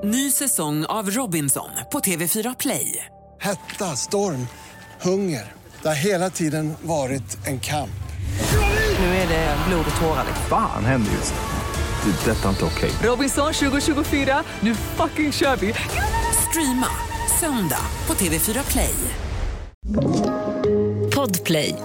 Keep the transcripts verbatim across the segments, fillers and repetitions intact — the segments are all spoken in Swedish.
Ny säsong av Robinson på T V fyra Play. Hetta, storm, hunger. Det har hela tiden varit en kamp. Nu är det blod och tårar. Fan händer just det. Det är detta inte okej. Robinson tjugo tjugofyra, nu fucking kör vi. Streama söndag på T V fyra Play. Podplay.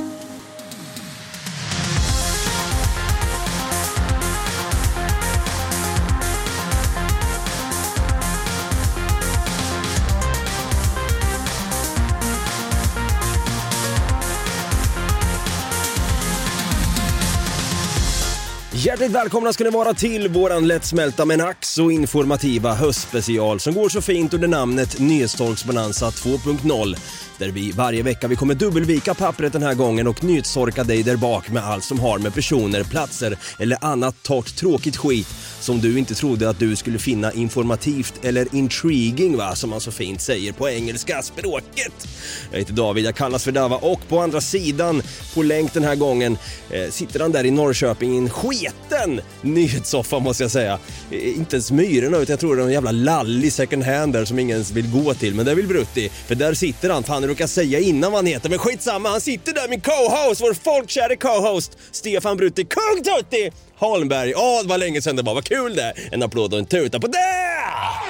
Hjärtligt välkomna ska ni vara till våran lättsmälta men ack så informativa höstspecial som går så fint under namnet Nyhetstorksbonanza två punkt noll, där vi varje vecka vi kommer dubbelvika pappret den här gången och nyhetstorka dig där bak med allt som har med personer, platser eller annat torrt tråkigt skit som du inte trodde att du skulle finna informativt eller intriguing, va, som man så fint säger på engelska språket. Jag heter David, jag kallas för Dava, och på andra sidan på länk den här gången eh, sitter han där i Norrköping i en sketen nyhetssoffa, måste jag säga. Eh, inte ens myrorna, utan jag tror det är en jävla lallig second hand där som ingen ens vill gå till, men det vill Brutti, för där sitter han. Fan, jag råkar säga innan vad han heter, men skitsamma, han sitter där, min co-host, vår folkkära co-host Stefan Brutti Kung Tutti Holmberg. Åh, det var länge sedan det var, vad kul det. En applåd och en tuta på det!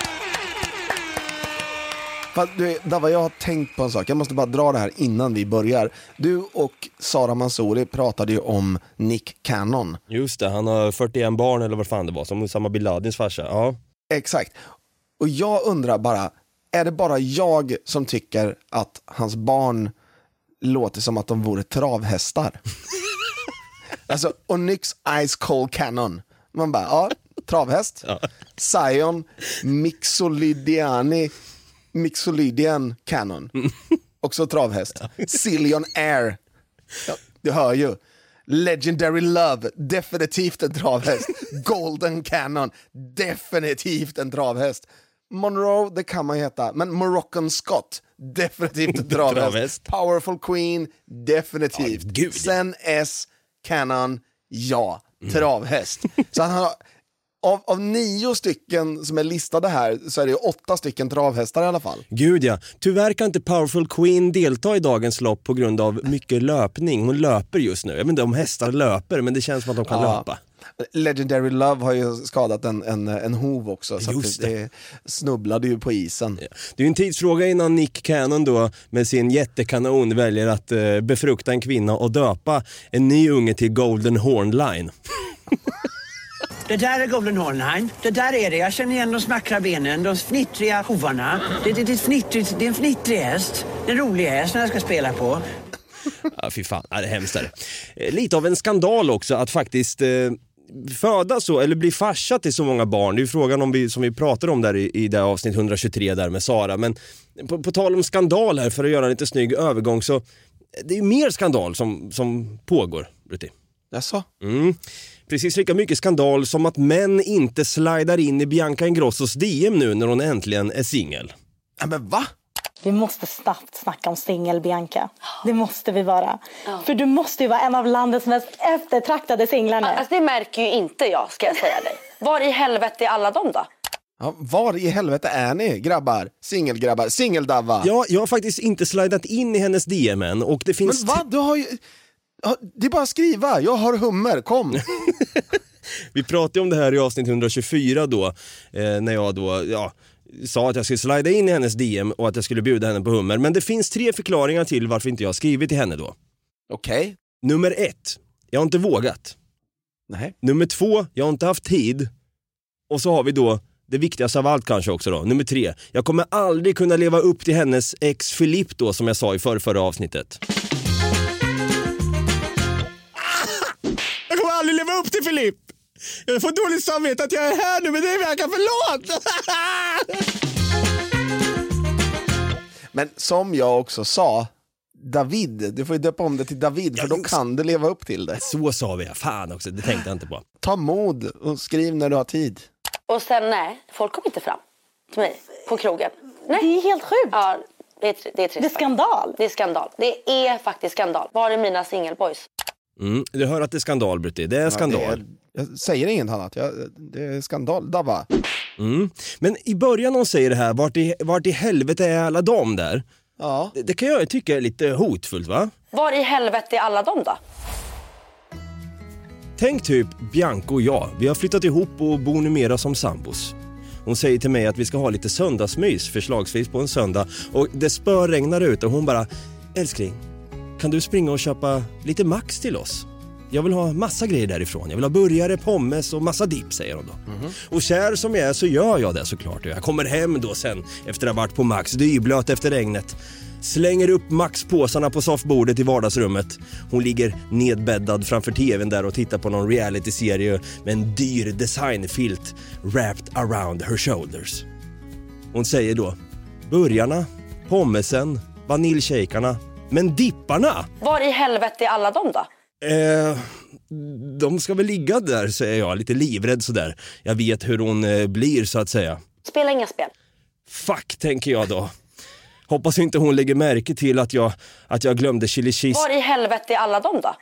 Fast, du, Dava, jag har tänkt på en sak. Jag måste bara dra det här innan vi börjar. Du och Sara Mansouri pratade ju om Nick Cannon. Just det, han har fyrtioen barn eller vad fan det var, som Osama bin Ladins farsa. Ja. Exakt. Och jag undrar bara, är det bara jag som tycker att hans barn låter som att de vore travhästar? Alltså, och Onyx Ice Cold Cannon. Man bara, ja, travhäst. Ja. Zion Mixolydiani Mixolydian Cannon. Också travhäst. Ja. Cillian Air. Ja, du hör ju. Legendary Love, definitivt en travhäst. Golden Cannon, definitivt en travhäst. Monroe, det kan man heta. Men Moroccan Scott, definitivt en travhäst. Powerful Queen, definitivt. Ja, Sen S Cannon, ja, travhäst. Mm. Så han har, av, av nio stycken som är listade här så är det åtta stycken travhästar i alla fall. Gud ja, tyvärr kan inte Powerful Queen delta i dagens lopp på grund av mycket löpning. Hon löper just nu, jag vet inte om hästar löper, men det känns som att de kan ja. löpa. Legendary Love har ju skadat en, en, en hov också, så att det, det snubblade ju på isen. Ja. Det är ju en tidsfråga innan Nick Cannon då med sin jättekanon väljer att eh, befrukta en kvinna och döpa en ny unge till Golden Horn Line. Det där är Golden Horn Line. Det där är det. Jag känner igen de smackra benen, de fnittriga hovarna. Det, det, det, är fnittrig, det är en fnittrig häst. En rolig häst när jag ska spela på. Ja, fy fan, ja, det är hemskt där. Lite av en skandal också att faktiskt eh, föda så, eller bli farsa till så många barn. Det är ju frågan om vi, som vi pratade om där i, i det avsnitt etthundratjugotre där med Sara. Men på, på tal om skandal här, för att göra en lite snygg övergång, så det är ju mer skandal som, som pågår, Brutti. Jaså? Mm. Precis lika mycket skandal som att män inte slidar in i Bianca Ingrossos D M nu när hon äntligen är singel. Ja, men va? Vi måste snabbt snacka om singel, Bianca. Det måste vi vara. Ja. För du måste ju vara en av landets mest eftertraktade singlar nu. Alltså det märker ju inte jag, ska jag säga dig. Var i helvete är alla dem då? Ja, var i helvete är ni, grabbar? Singelgrabbar, singeldava. Ja, jag har faktiskt inte slidat in i hennes D M än, och det finns... Men vad? Du har ju... Det är bara att skriva, jag har hummer, kom. Vi pratade om det här i avsnitt etthundratjugofyra då, eh, när jag då, ja... sa att jag skulle slida in i hennes D M och att jag skulle bjuda henne på hummer. Men det finns tre förklaringar till varför inte jag har skrivit till henne då. Okej. Okay. Nummer ett, jag har inte vågat. Nej. Nummer två, jag har inte haft tid. Och så har vi då det viktigaste av allt kanske också då. Nummer tre, jag kommer aldrig kunna leva upp till hennes ex Filip då, som jag sa i förra, förra avsnittet. Jag kommer aldrig leva upp till Filip. Jag får dåligt samvete att jag är här nu, men det verkar förlåt. Men som jag också sa, David, du får ju döpa om det till David, för ja, då kan du leva upp till det. Så sa vi, fan också, det tänkte jag inte på. Ta mod och skriv när du har tid. Och sen nej, folk kommer inte fram till mig på krogen. Nej. Det är helt sjukt. Ja, det är, det är trist. Det är skandal. Det är skandal. Det är faktiskt skandal. Var är mina singelboys? Mm, du hör att det är skandal, Brutti. Det är skandal. Ja, det är, jag säger inget annat. Jag, det är skandal, Dava. Mm. Men i början hon säger det här, vart i, vart i helvete är alla de där? Ja. Det, det kan jag tycka är lite hotfullt, va? Var i helvete är alla de då? Tänk typ Bianca och jag, vi har flyttat ihop och bor numera som sambos. Hon säger till mig att vi ska ha lite söndagsmys, förslagsvis på en söndag. Och det spörregnar ut och hon bara, älskling, kan du springa och köpa lite Max till oss? Jag vill ha massa grejer därifrån. Jag vill ha burgare, pommes och massa dipp, säger hon då. Mm-hmm. Och kär som jag är så gör jag det såklart. Jag kommer hem då sen efter att ha varit på Max, dyblöt efter regnet. Slänger upp Max-påsarna på soffbordet i vardagsrummet. Hon ligger nedbäddad framför tvn där och tittar på någon reality-serie med en dyr designfilt wrapped around her shoulders. Hon säger då, burgarna, pommesen, vaniljshakarna, men dipparna? Var i helvete är alla de då? Eh, de ska väl ligga där, säger jag, lite livrädd sådär. Jag vet hur hon eh, blir så att säga. Spela inga spel. Fuck, tänker jag då. Hoppas inte hon lägger märke till att jag, att jag glömde chili cheese. Var i helvete är alla de då?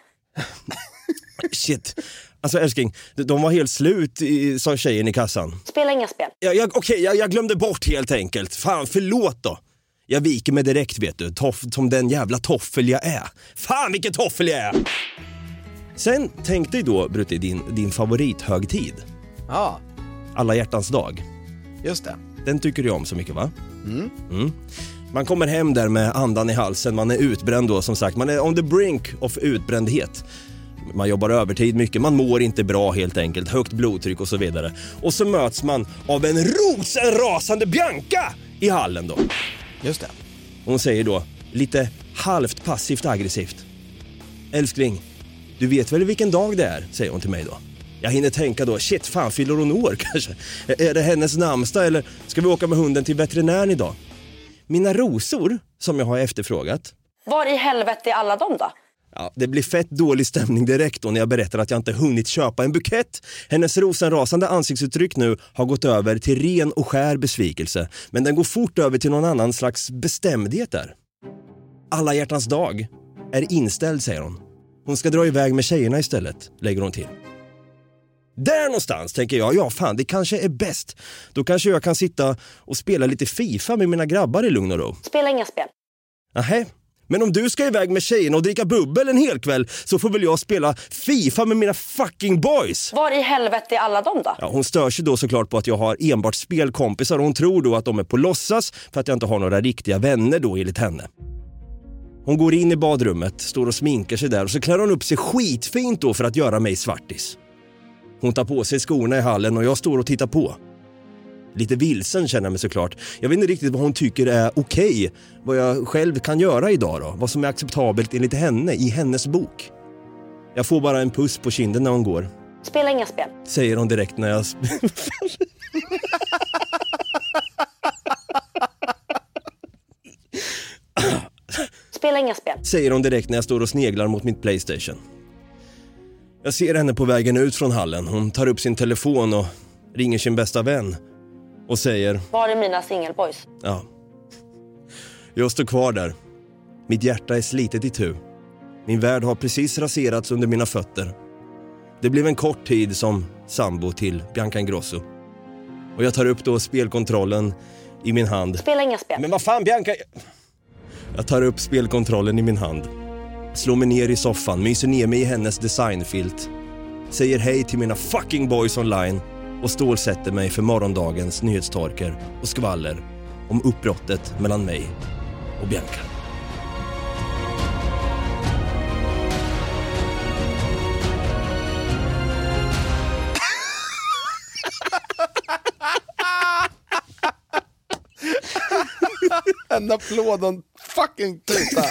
Shit. Alltså älskling, de var helt slut, i, sa tjejen i kassan. Spela inga spel. Ja, jag, okej, okay, jag, jag glömde bort helt enkelt. Fan, förlåt då. Jag viker mig direkt, vet du. Toff, som den jävla toffel jag är. Fan, vilken toffel jag är! Sen tänkte jag då, Brutti, din, din favorithögtid. Ja. Alla hjärtans dag. Just det. Den tycker du om så mycket, va? Mm. Mm. Man kommer hem där med andan i halsen. Man är utbränd då, som sagt. Man är on the brink of utbrändhet. Man jobbar övertid mycket. Man mår inte bra helt enkelt. Högt blodtryck och så vidare. Och så möts man av en rosenrasande Bianca i hallen då. Just det. Hon säger då, lite halvt passivt aggressivt. Älskling, du vet väl vilken dag det är, säger hon till mig då. Jag hinner tänka då, shit, fan, fyller hon år kanske? Är det hennes namnsdag eller ska vi åka med hunden till veterinären idag? Mina rosor, som jag har efterfrågat. Var i helvete är alla de då? Ja, det blir fett dålig stämning direkt då när jag berättar att jag inte hunnit köpa en bukett. Hennes rosenrasande ansiktsuttryck nu har gått över till ren och skär besvikelse. Men den går fort över till någon annan slags bestämdhet där. Alla hjärtans dag är inställd, säger hon. Hon ska dra iväg med tjejerna istället, lägger hon till. Där någonstans tänker jag, ja fan, det kanske är bäst. Då kanske jag kan sitta och spela lite FIFA med mina grabbar i lugn och ro. Spela inga spel. Nähä. Men om du ska iväg med tjejerna och dricka bubbel en hel kväll så får väl jag spela FIFA med mina fucking boys. Var i helvete är alla de då? Ja, hon stör sig då såklart på att jag har enbart spelkompisar och hon tror då att de är på låtsas för att jag inte har några riktiga vänner då enligt henne. Hon går in i badrummet, står och sminkar sig där och så klär hon upp sig skitfint då för att göra mig svartis. Hon tar på sig skorna i hallen och jag står och tittar på. Lite vilsen känner jag mig såklart. Jag vet inte riktigt vad hon tycker är okej. Vad jag själv kan göra idag då. Vad som är acceptabelt enligt henne i hennes bok. Jag får bara en puss på kinden när hon går. Spela inga spel. Säger hon direkt när jag... Spela inga spel. Säger hon direkt när jag står och sneglar mot mitt PlayStation. Jag ser henne på vägen ut från hallen. Hon tar upp sin telefon och ringer sin bästa vän. Och säger... Var är mina singelboys? Ja. Jag står kvar där. Mitt hjärta är slitet i tu. Min värld har precis raserats under mina fötter. Det blev en kort tid som sambo till Bianca Ingrosso. Och jag tar upp då spelkontrollen i min hand. Spela inga spel. Men vad fan, Bianca... Jag tar upp spelkontrollen i min hand. Slår mig ner i soffan, myser ner mig i hennes designfilt. Säger hej till mina fucking boys online. Och stålsätter mig för morgondagens nyhetstorker och skvaller om uppbrottet mellan mig och Bianca. En applåd och en fucking tuta.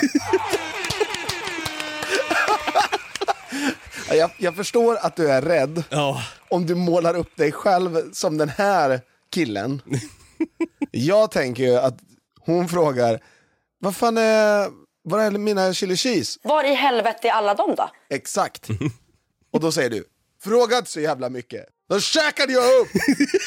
jag, jag förstår att du är rädd. Ja. Om du målar upp dig själv som den här killen. Jag tänker ju att hon frågar, vad fan är, vad är mina chili cheese? Var i helvete är alla de då? Exakt. Och då säger du, frågat så jävla mycket. Då käkade jag upp.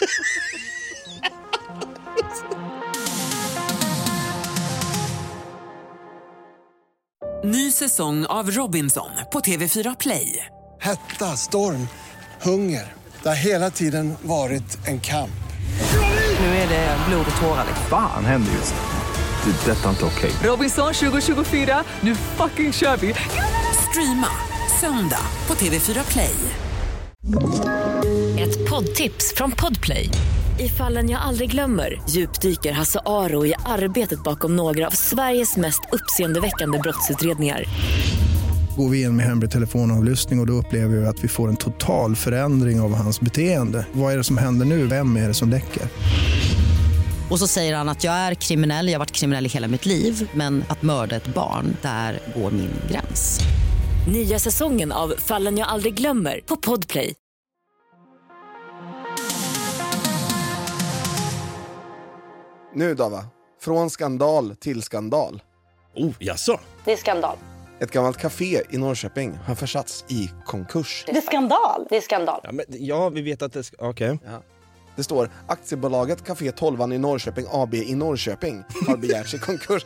Ny säsong av Robinson på T V fyra Play. Hetta, storm, hunger. Det har hela tiden varit en kamp. blod och tårar. Fan händer just det. Det är detta inte okej. Robinson tjugo tjugofyra, nu fucking kör vi. Streama söndag på T V fyra Play. Ett poddtips från Podplay. I Fallen jag aldrig glömmer djupdyker Hasse Aro i arbetet bakom några av Sveriges mest uppseendeväckande brottsutredningar. Går vi in med hemlig telefonavlyssning och, och då upplever vi att vi får en total förändring av hans beteende. Vad är det som händer nu? Vem är det som läcker? Och så säger han att jag är kriminell, jag har varit kriminell i hela mitt liv. Men att mörda ett barn, där går min gräns. Nya säsongen av Fallen jag aldrig glömmer på Podplay. Nu Dava, från skandal till skandal. Oh, jaså? Det är skandal. Ett gammalt café i Norrköping har försatts i konkurs. Det är skandal. Det är skandal. Ja, men, ja vi vet att det ska... Okej. Okay. Ja. Det står aktiebolaget Café tolvan i Norrköping A B i Norrköping har begärt sig konkurs.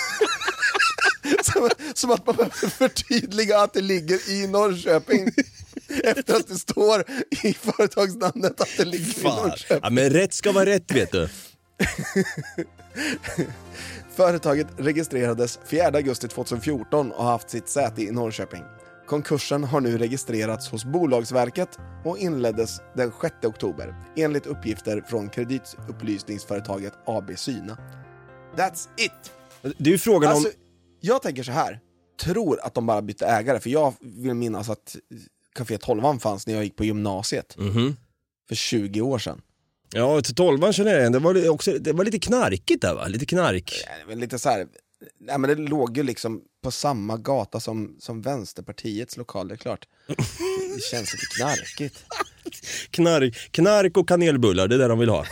som, som att man behöver förtydliga att det ligger i Norrköping. Efter att det står i företagsnamnet att det ligger Fan. i Norrköping. Ja, men rätt ska vara rätt, vet du. Företaget registrerades fjärde augusti tjugohundrafjorton och har haft sitt säte i Norrköping. Konkursen har nu registrerats hos Bolagsverket och inleddes den sjätte oktober enligt uppgifter från kreditupplysningsföretaget A B Syna. That's it! Det är ju frågan alltså, om... Jag tänker så här. Tror att de bara bytte ägare, för jag vill minnas att Café tolvan fanns när jag gick på gymnasiet. Mm-hmm. För tjugo år sedan. Ja, till tolvan känner jag igen. Det var, också, det var lite knarkigt där, va? Lite knark. Ja, lite så här... Nej, men det låg ju liksom på samma gata som, som Vänsterpartiets lokal, det är klart. Det känns lite knarkigt. Knark, knark och kanelbullar, det är det de vill ha.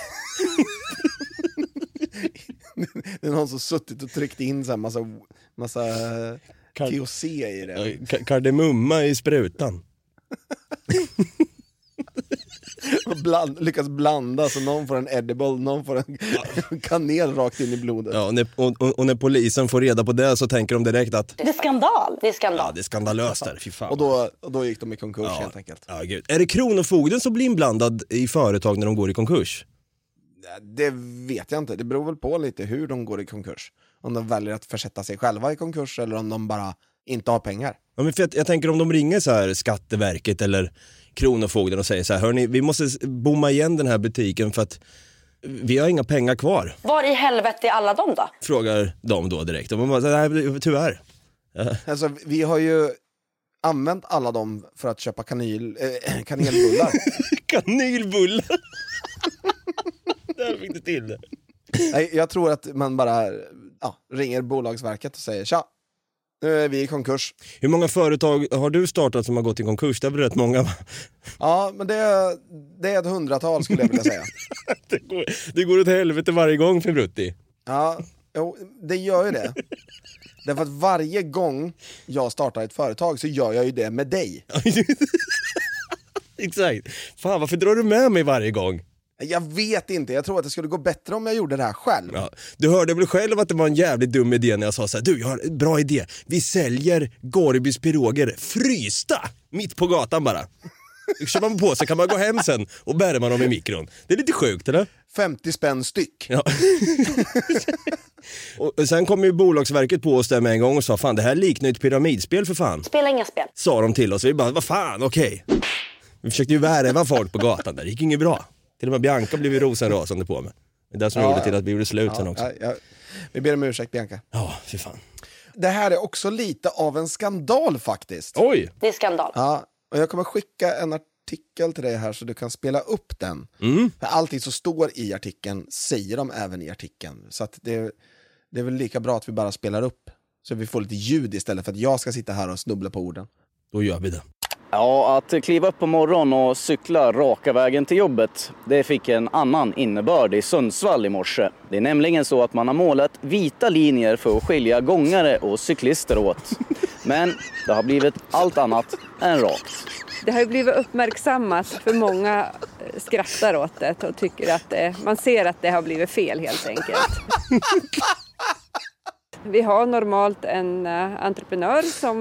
Det är någon som suttit och tryckt in så här massa, massa K O C i det. K- kardemumma i sprutan. Och bland, lyckas blanda så någon får en edible, någon får en kanel rakt in i blodet. Ja, och, när, och, och när polisen får reda på det så tänker de direkt att det är skandal. Det är skandal. Ja, det är skandalöst där, fy fan. Och då, och då gick de i konkurs ja. helt enkelt. Ja, gud. Är det kronofogden som blir inblandad i företag när de går i konkurs? Det vet jag inte. Det beror väl på lite hur de går i konkurs. Om de väljer att försätta sig själva i konkurs eller om de bara inte har pengar. Ja, men för jag, jag tänker om de ringer så här Skatteverket eller kronofogden och säger så här: hörni, vi måste bomma igen den här butiken för att vi har inga pengar kvar. Var i helvete är alla de då? Frågar de då direkt. Och man bara, nej, tyvärr. Ja. Alltså, vi har ju använt alla dem för att köpa kanil, äh, kanelbullar. Kanelbullar? Där fick det till det. Nej, jag tror att man bara ja, ringer Bolagsverket och säger tja, nu är vi i konkurs. Hur många företag har du startat som har gått i konkurs? Det är väl rätt många, va? Ja, men det är, det är ett hundratal skulle jag vilja säga. det, går, det går åt helvete varje gång för Brutti. Ja, jo, det gör ju det. Därför att varje gång jag startar ett företag så gör jag ju det med dig. Exakt. Fan, varför drar du med mig varje gång? Jag vet inte, jag tror att det skulle gå bättre om jag gjorde det här själv. Ja, du hörde väl själv att det var en jävligt dum idé när jag sa så här: du, jag har en bra idé. Vi säljer Gorbys piroger frysta mitt på gatan bara. Kör man på så kan man gå hem sen och bära man dem i mikron. Det är lite sjukt, eller? femtio spänn styck. Ja. Och sen kom ju Bolagsverket på oss där med en gång och sa: fan, det här liknar ett pyramidspel för fan. Spela inga spel. Sa de till oss. Vi bara, vad fan, okej. Okay. Vi försökte ju värva folk på gatan där. Det gick inget bra. Till och med Bianca blev ju rosenrasande på mig. Det är det som ja, gjorde till att vi gjorde slut ja, sen också. Ja, ja. Vi ber om ursäkt, Bianca. Ja, fy fan. Det här är också lite av en skandal faktiskt. Oj! Det är skandal. Ja, och jag kommer skicka en artikel till dig här så du kan spela upp den. Mm. För allting som står i artikeln säger de även i artikeln. Så att det, det är väl lika bra att vi bara spelar upp. Så vi får lite ljud istället för att jag ska sitta här och snubbla på orden. Då gör vi det. Ja, att kliva upp på morgon och cykla raka vägen till jobbet, det fick en annan innebörd i Sundsvall i morse. Det är nämligen så att man har målat vita linjer för att skilja gångare och cyklister åt. Men det har blivit allt annat än rakt. Det har ju blivit uppmärksammat, för många skrattar åt det och tycker att det, man ser att det har blivit fel helt enkelt. Vi har normalt en entreprenör som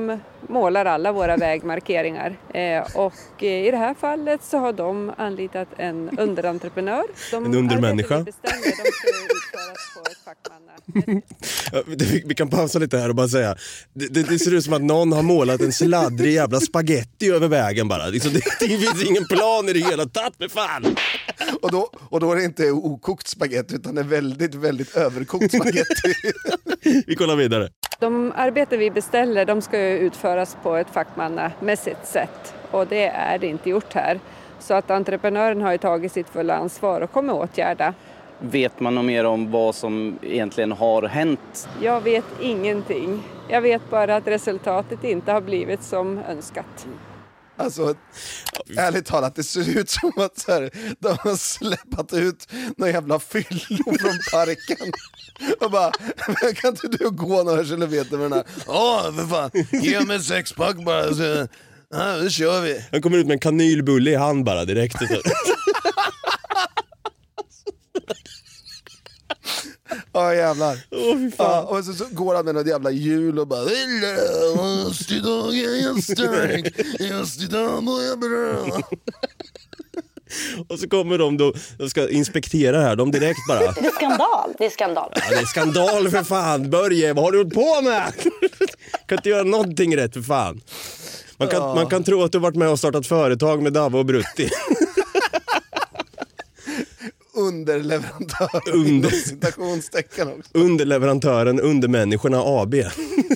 målar alla våra vägmarkeringar. Eh, och eh, i det här fallet så har de anlitat en underentreprenör. De en undermänniska. De ska utföras på ett fackmanna. Ja, vi, vi kan pausa lite här och bara säga det, det, det ser ut som att någon har målat en sladdrig jävla spaghetti över vägen bara. Det, det, det finns ingen plan i det hela. Tatt med fan! Och då, och då är det inte okokt spaghetti utan det är väldigt, väldigt överkokt spaghetti. Vi kollar vidare. De arbeten vi beställer, de ska ju utföras på ett fackmannamässigt sätt. Och det är det inte gjort här. Så att entreprenören har ju tagit sitt fulla ansvar och kommer åtgärda. Vet man något mer om vad som egentligen har hänt? Jag vet ingenting. Jag vet bara att resultatet inte har blivit som önskat. Alltså, ärligt talat, det ser ut som att så här, de har släppt ut några jävla fyllo från parken. Och bara, kan inte du gå några kilometer med den här? Ja, för fan, ge mig sex pack bara, så, ja, nu kör vi. Han kommer ut med en kanylbulle i hand bara direkt. Ja, oh, jävlar. Åh, fy fan. Ja, och så, så går han med något jävla hjul och bara just idag är jag stark, just idag mår jag bra. Och så kommer de då, de ska inspektera här, de direkt bara. Det är skandal, det är skandal. Ja, det är skandal för fan, Börje, vad har du hållit på med? Kan inte göra någonting rätt för fan. Man kan, ja. man kan tro att du varit med och startat företag med Dava och Brutti. Underleverantör Under, citationstecken också. Underleverantören Undermänniskorna A B.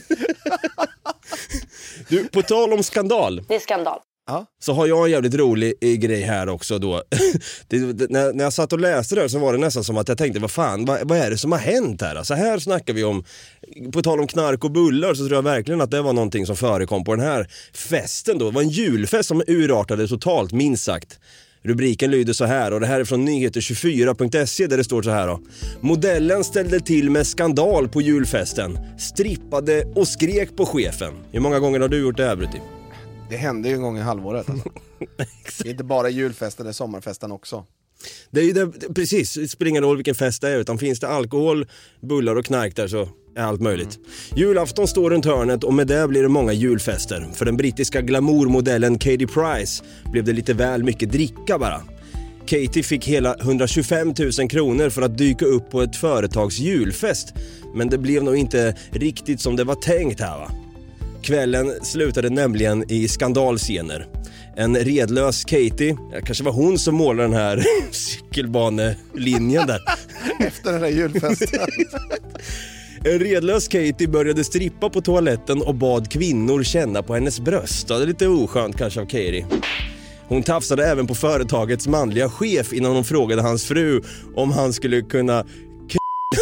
Du, på tal om skandal. Det är skandal. Ja. Så har jag en jävligt rolig grej här också då. det, det, när, när jag satt och läste det så var det nästan som att jag tänkte, vad fan, vad, vad är det som har hänt här? Så här snackar vi om, på tal om knark och bullar, så tror jag verkligen att det var någonting som förekom på den här festen då. Det var en julfest som urartade totalt, minst sagt. Rubriken lyder så här, och det här är från nyheter tjugofyra punkt se där det står så här då. Modellen ställde till med skandal på julfesten. Strippade och skrek på chefen. Hur många gånger har du gjort det här, Brutti? Det händer ju en gång i halvåret alltså. Det är inte bara julfesten, det är sommarfesten också. Det är ju det, precis, det spelar ingen roll vilken fest det är, utan finns det alkohol, bullar och knark där så är allt möjligt. Mm. Julafton står runt hörnet och med det blir det många julfester. För den brittiska glamourmodellen Katie Price blev det lite väl mycket dricka bara. Katie fick hela hundratjugofem tusen kronor för att dyka upp på ett företags julfest. Men det blev nog inte riktigt som det var tänkt här, va? Kvällen slutade nämligen i skandalscener. En redlös Katie, kanske var hon som målade den här cykelbanelinjen där. Efter den här julfesten. En redlös Katie började strippa på toaletten och bad kvinnor känna på hennes bröst. Det är lite oskönt kanske av Katie. Hon tafsade även på företagets manliga chef innan hon frågade hans fru om han skulle kunna k-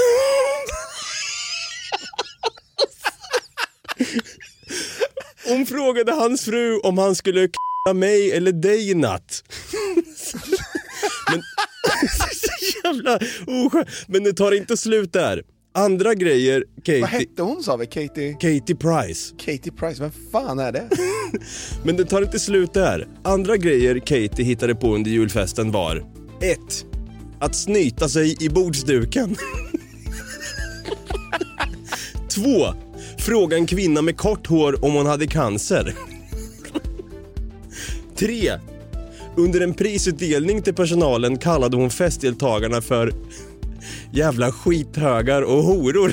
Hon frågade hans fru om han skulle k***a mig eller dig i natt. Men så jävla oskönt. Men det tar inte slut där. Andra grejer, Katie... Vad hette hon, sa vi? Katie... Katie Price. Katie Price, vem fan är det? Men det tar inte slut där. Andra grejer Katie hittade på under julfesten var ett. Att snyta sig i bordsduken. Två. Fråga en kvinna med kort hår om hon hade cancer. Tre. Under en prisutdelning till personalen kallade hon festdeltagarna för jävla skithögar och horor.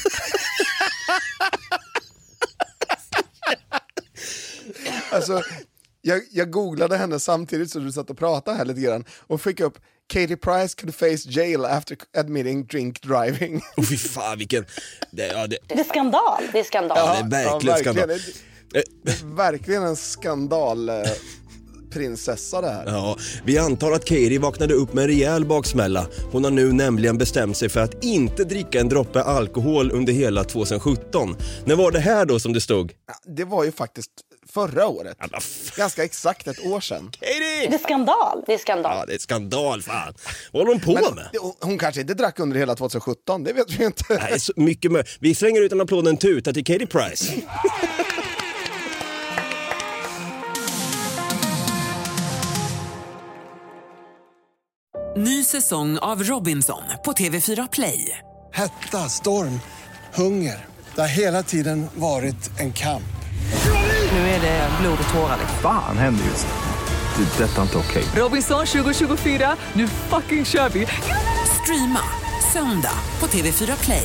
Alltså, jag, jag googlade henne samtidigt som du satt och pratade här lite grann och fick upp Katie Price could face jail after admitting drink driving. Åh, fy fan, vilken... Det, ja, det... det är skandal. Det är skandal. Ja, det är verkligen, ja, verkligen. skandal. Det, det är verkligen en skandal... Eh, prinsessa det här. Ja, vi antar att Katie vaknade upp med en rejäl baksmälla. Hon har nu nämligen bestämt sig för att inte dricka en droppe alkohol under hela tjugohundrasjutton. När var det här då som det stod? Ja, det var ju faktiskt förra året. Ja, ganska exakt ett år sedan. Katie! Det är skandal. Det är skandal. Ja, det är skandal, fan. Vad håller hon på Men, med? Hon kanske inte drack under hela tjugosjutton, det vet vi inte. Nej, så mycket med. Vi slänger ut en applåd och en tuta till Katie Price. Ny säsong av Robinson på T V fyra Play. Hetta, storm, hunger. Det har hela tiden varit en kamp. Nu är det blod och tårar. Fan händer just det. Det är detta inte okej. Robinson tjugo tjugofyra, nu fucking kör vi. Streama söndag på T V fyra Play.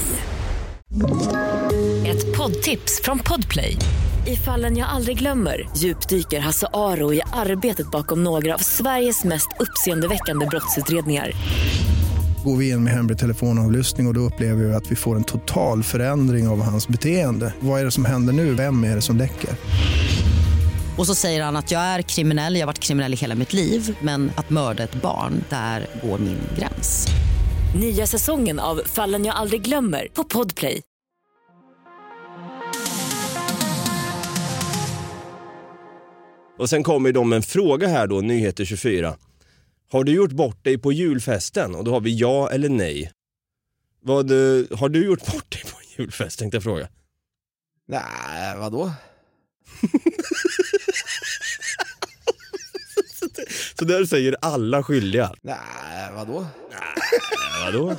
Ett poddtips från Podplay. I Fallen jag aldrig glömmer djupdyker Hasse Aro i arbetet bakom några av Sveriges mest uppseendeväckande brottsutredningar. Går vi in med hemlig telefonavlyssning och, och då upplever vi att vi får en total förändring av hans beteende. Vad är det som händer nu? Vem är det som läcker? Och så säger han att jag är kriminell, jag har varit kriminell i hela mitt liv. Men att mörda ett barn, där går min gräns. Nya säsongen av Fallen jag aldrig glömmer på Podplay. Och sen kommer de med en fråga här då, Nyheter tjugofyra. Har du gjort bort dig på julfesten? Och då har vi ja eller nej. Vad, har du gjort bort dig på julfest, tänkte jag fråga. Nej, vadå? Så där säger alla skyldiga. Nej, vadå? Nej, vadå?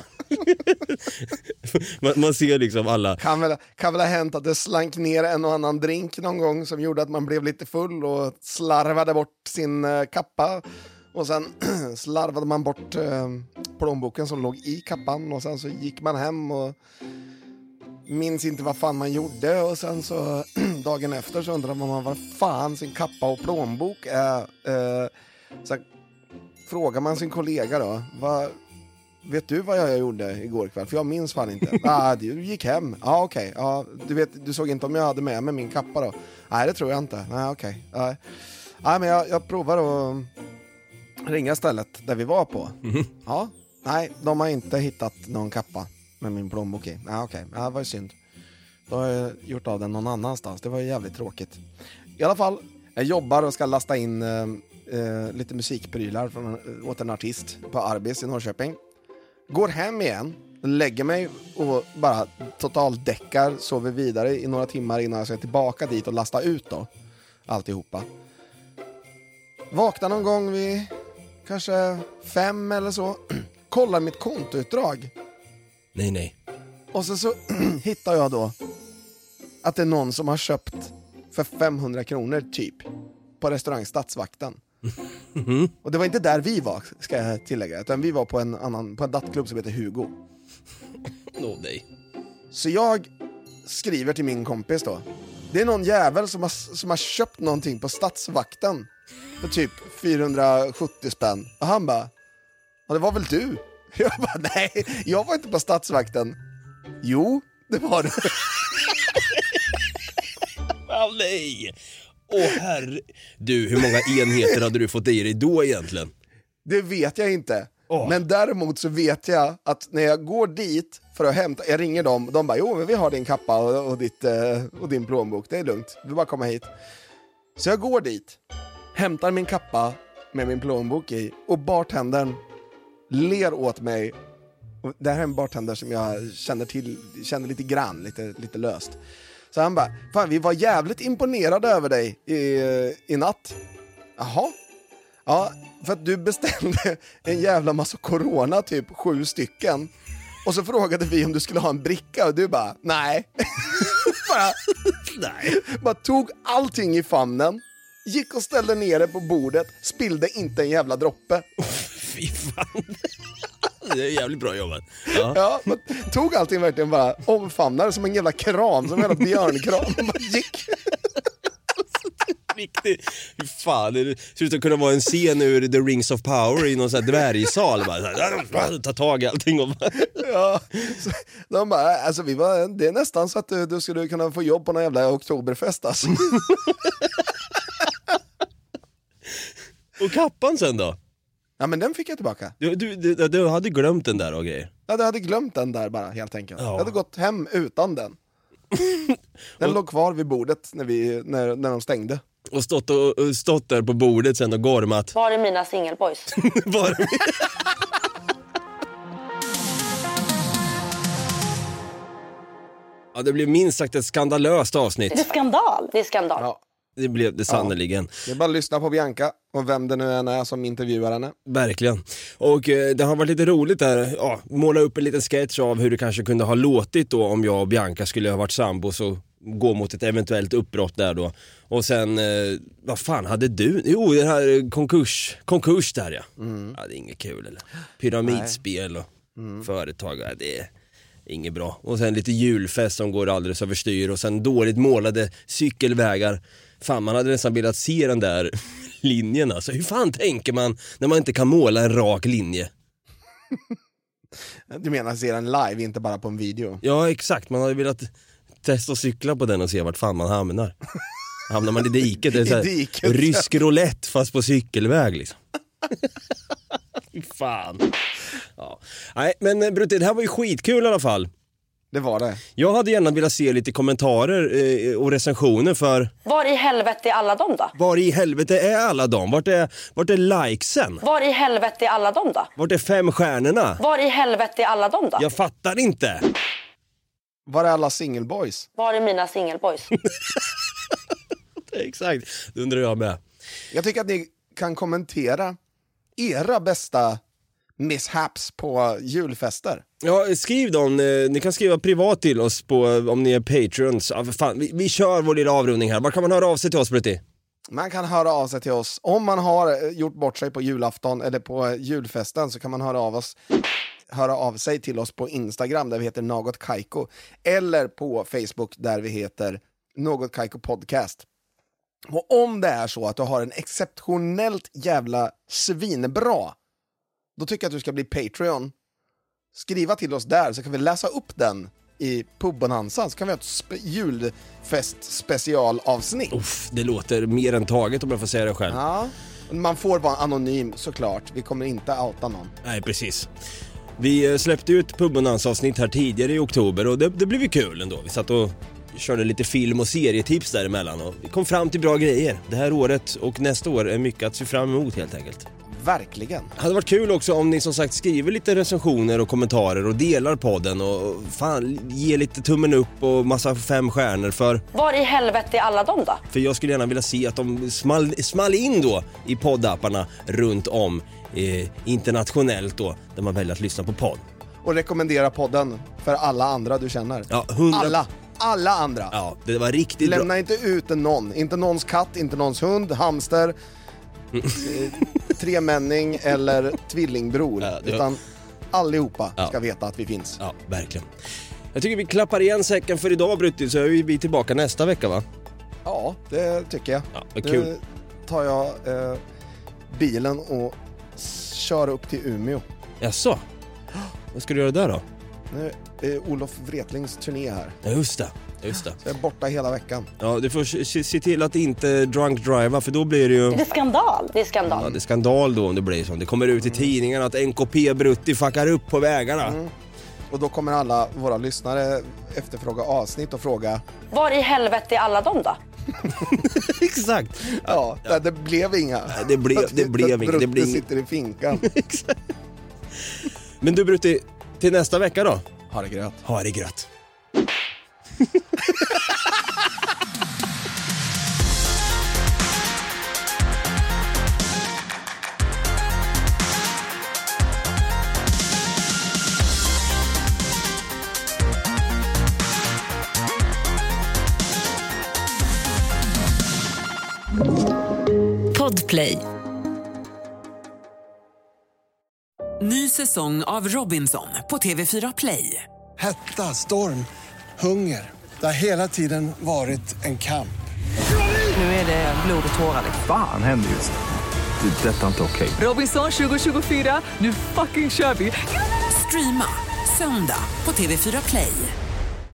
man, man ser liksom alla. Kan väl, kan väl ha hänt att det slank ner en och annan drink någon gång som gjorde att man blev lite full och slarvade bort sin uh, kappa. Och sen slarvade man bort uh, plånboken som låg i kappan. Och sen så gick man hem och minns inte vad fan man gjorde. Och sen så dagen efter så undrar man vad fan sin kappa och plånbok är. Uh, så frågar man sin kollega då. Vad... Vet du vad jag gjorde igår kväll? För jag minns fan inte. Ah, du gick hem. Ja, ah, okej. Okay. Ah, du vet, du såg inte om jag hade med mig min kappa då? Nej, det tror jag inte. Nej, okej. Okay. Ah. Ah, men jag, jag provar att ringa stället där vi var på. Mm-hmm. Ja, nej, de har inte hittat någon kappa med min plånbok i. Ah, okej, okay. ah, det var ju synd. Då har jag gjort av den någon annanstans. Det var ju jävligt tråkigt. I alla fall, jag jobbar och ska lasta in eh, eh, lite musikprylar från, åt en artist på Arbis i Norrköping. Går hem igen, lägger mig och bara totalt däckar, sover vidare i några timmar innan jag ska tillbaka dit och lasta ut då. Alltihopa. Vaknar någon gång vid kanske fem eller så. Kollar mitt kontoutdrag. Nej, nej. Och så, så hittar jag då att det är någon som har köpt för femhundra kronor typ på restaurang Stadsvakten. Mm-hmm. Och det var inte där vi var, ska jag tillägga, utan vi var på en annan på en dattklubb som heter Hugo. No, nej. Så jag skriver till min kompis då. Det är någon jävel som har, som har köpt någonting på Stadsvakten för typ fyrahundrasjuttio spänn. Och han bara, ja, det var väl du? Jag bara, nej, jag var inte på Stadsvakten. Jo, det var du. Oh, nej. Åh oh, herre. Du, hur många enheter hade du fått i dig då egentligen? Det vet jag inte. Oh. Men däremot så vet jag att när jag går dit för att hämta, jag ringer dem, de bara, jo men vi har din kappa och, och, ditt, och din plånbok, det är lugnt, du bara komma hit. Så jag går dit, hämtar min kappa med min plånbok i och bartendern ler åt mig. Och det här är en bartender som jag känner till, känner lite grann, lite, lite löst. Så han bara, fan vi var jävligt imponerade över dig i, i natt. Jaha. Ja, för att du beställde en jävla massa corona, typ sju stycken. Och så frågade vi om du skulle ha en bricka och du bara, nej. bara, nej. Bara tog allting i famnen, gick och ställde ner det på bordet, spillde inte en jävla droppe. Fy fan. Det är jävligt bra jobbat. Ja, ja man tog allting verkligen bara omfamnade som en jävla kram, som en jävla björnkram. Man bara gick. Riktigt. Hur fan, det ser ut att kunna vara en scen ur The Rings of Power i någon sån här dvärgsal. Bara, ta tag i allting. Och bara. Ja, så de bara, alltså vi var, det är nästan så att du, du skulle kunna få jobb på någon jävla oktoberfest alltså. Och kappan sen då? Ja, men den fick jag tillbaka. Du, du, du, du hade glömt den där och grejer. Ja, du hade glömt den där bara, helt enkelt. Ja. Jag hade gått hem utan den. Den och, låg kvar vid bordet när, vi, när, när de stängde. Och stått, och stått där på bordet sen och gormat. Var är mina singelboys? Var är mina? Ja, det blev minst sagt ett skandalöst avsnitt. Det är skandal. Det är skandal. Ja. Det blev det sannoliken. Ja. Det är bara att lyssna på Bianca och vem det nu än är som intervjuar henne. Verkligen. Och eh, det har varit lite roligt där. Ja, måla upp en liten sketch av hur det kanske kunde ha låtit då om jag och Bianca skulle ha varit sambos och gå mot ett eventuellt uppbrott där då. Och sen, eh, vad fan hade du? Jo, det här konkurs, konkurs där ja. Mm. Ja, det är inget kul eller. Pyramidspel och mm. företag, ja, det är inget bra. Och sen lite julfest som går alldeles överstyr och sen dåligt målade cykelvägar. Fan, man hade nästan velat se den där linjen alltså. Hur fan tänker man när man inte kan måla en rak linje? Du menar se den live, inte bara på en video? Ja, exakt. Man hade velat testa att cykla på den och se vart fan man hamnar. Hamnar man i diket? Det är så här, diket, rysk roulette fast på cykelväg liksom. Fan. Ja. Nej, men Brutti, det här var ju skitkul i alla fall. Det var det. Jag hade gärna velat se lite kommentarer eh, och recensioner för... Var i helvete är alla dem då? Var i helvete är alla dem? Vart är, vart är likesen? Var i helvete är alla dem då? Vart är fem stjärnorna? Var i helvete är alla dem då? Jag fattar inte. Var är alla singleboys? Var är mina singleboys? Exakt, det undrar jag med. Jag tycker att ni kan kommentera era bästa mishaps på julfester. Ja, skriv dem. Ni kan skriva privat till oss på om ni är patrons. Ja, fan, vi, vi kör vår lilla avrundning här. Var kan man höra av sig till oss, Brutti? Man kan höra av sig till oss. Om man har gjort bort sig på julafton eller på julfesten så kan man höra av oss. Höra av sig till oss på Instagram där vi heter Något Kaiko. Eller på Facebook där vi heter Något Kaiko Podcast. Och om det är så att du har en exceptionellt jävla svinbra, då tycker jag att du ska bli Patreon. Skriva till oss där så kan vi läsa upp den i Pubbonanza. Så kan vi ha ett spe- julfest specialavsnitt. Uff, det låter mer än taget om jag får säga det själv. Ja, man får vara anonym såklart. Vi kommer inte outa någon. Nej, precis. Vi släppte ut Pubbonanza-avsnitt här tidigare i oktober och det, det blev ju kul ändå. Vi satt och körde lite film- och serietips däremellan och vi kom fram till bra grejer. Det här året och nästa år är mycket att se fram emot helt enkelt. Verkligen. Det hade varit kul också om ni som sagt skriver lite recensioner och kommentarer och delar podden och fan ge lite tummen upp och massa fem stjärnor för... Var i helvete är alla dem då? För jag skulle gärna vilja se att de small, small in då i poddapparna runt om eh, internationellt då där man väljer att lyssna på podd. Och rekommendera podden för alla andra du känner. Ja, hundra... Alla. Alla andra. Ja, det var riktigt Lämna bra. inte ut någon. Inte någons katt, inte någons hund, hamster, mm. tremänning eller tvillingbror. Ja, var... Utan allihopa ja. ska veta att vi finns. Ja, verkligen. Jag tycker vi klappar igen säcken för idag, Brutti, så är vi tillbaka nästa vecka, va? Ja, det tycker jag. Ja, vad kul. Nu tar jag eh, bilen och kör upp till Umeå. Jaså? Vad ska du göra där då? Nu är Olof Wretlings turné här. Ja, just det. Just det. Så jag är borta hela veckan. Ja, du får se, se till att inte drunk driva, för då blir det ju... Det är skandal. Det är skandal. Ja, det är skandal då om det blir så. Det kommer ut i tidningarna att N K P Brutti fuckar upp på vägarna. Mm. Och då kommer alla våra lyssnare efterfråga avsnitt och fråga... Var i helvete är alla dem då? Exakt. Ja, ja. Det blev inga. Nej, det blev, det blev inga. Det blev inga. Sitter i finkan. Exakt. Men du Brutti, till nästa vecka då? Ha det gröt. Ha det gröt. Podplay. Ny säsong av Robinson på T V fyra Play. Hetta, storm, hunger. Det har hela tiden varit en kamp. Nu är det blod och tårar. Fan händer just det. Det är detta inte okej. Robinson tjugo tjugofyra, nu fucking kör vi. Streama söndag på T V fyra Play.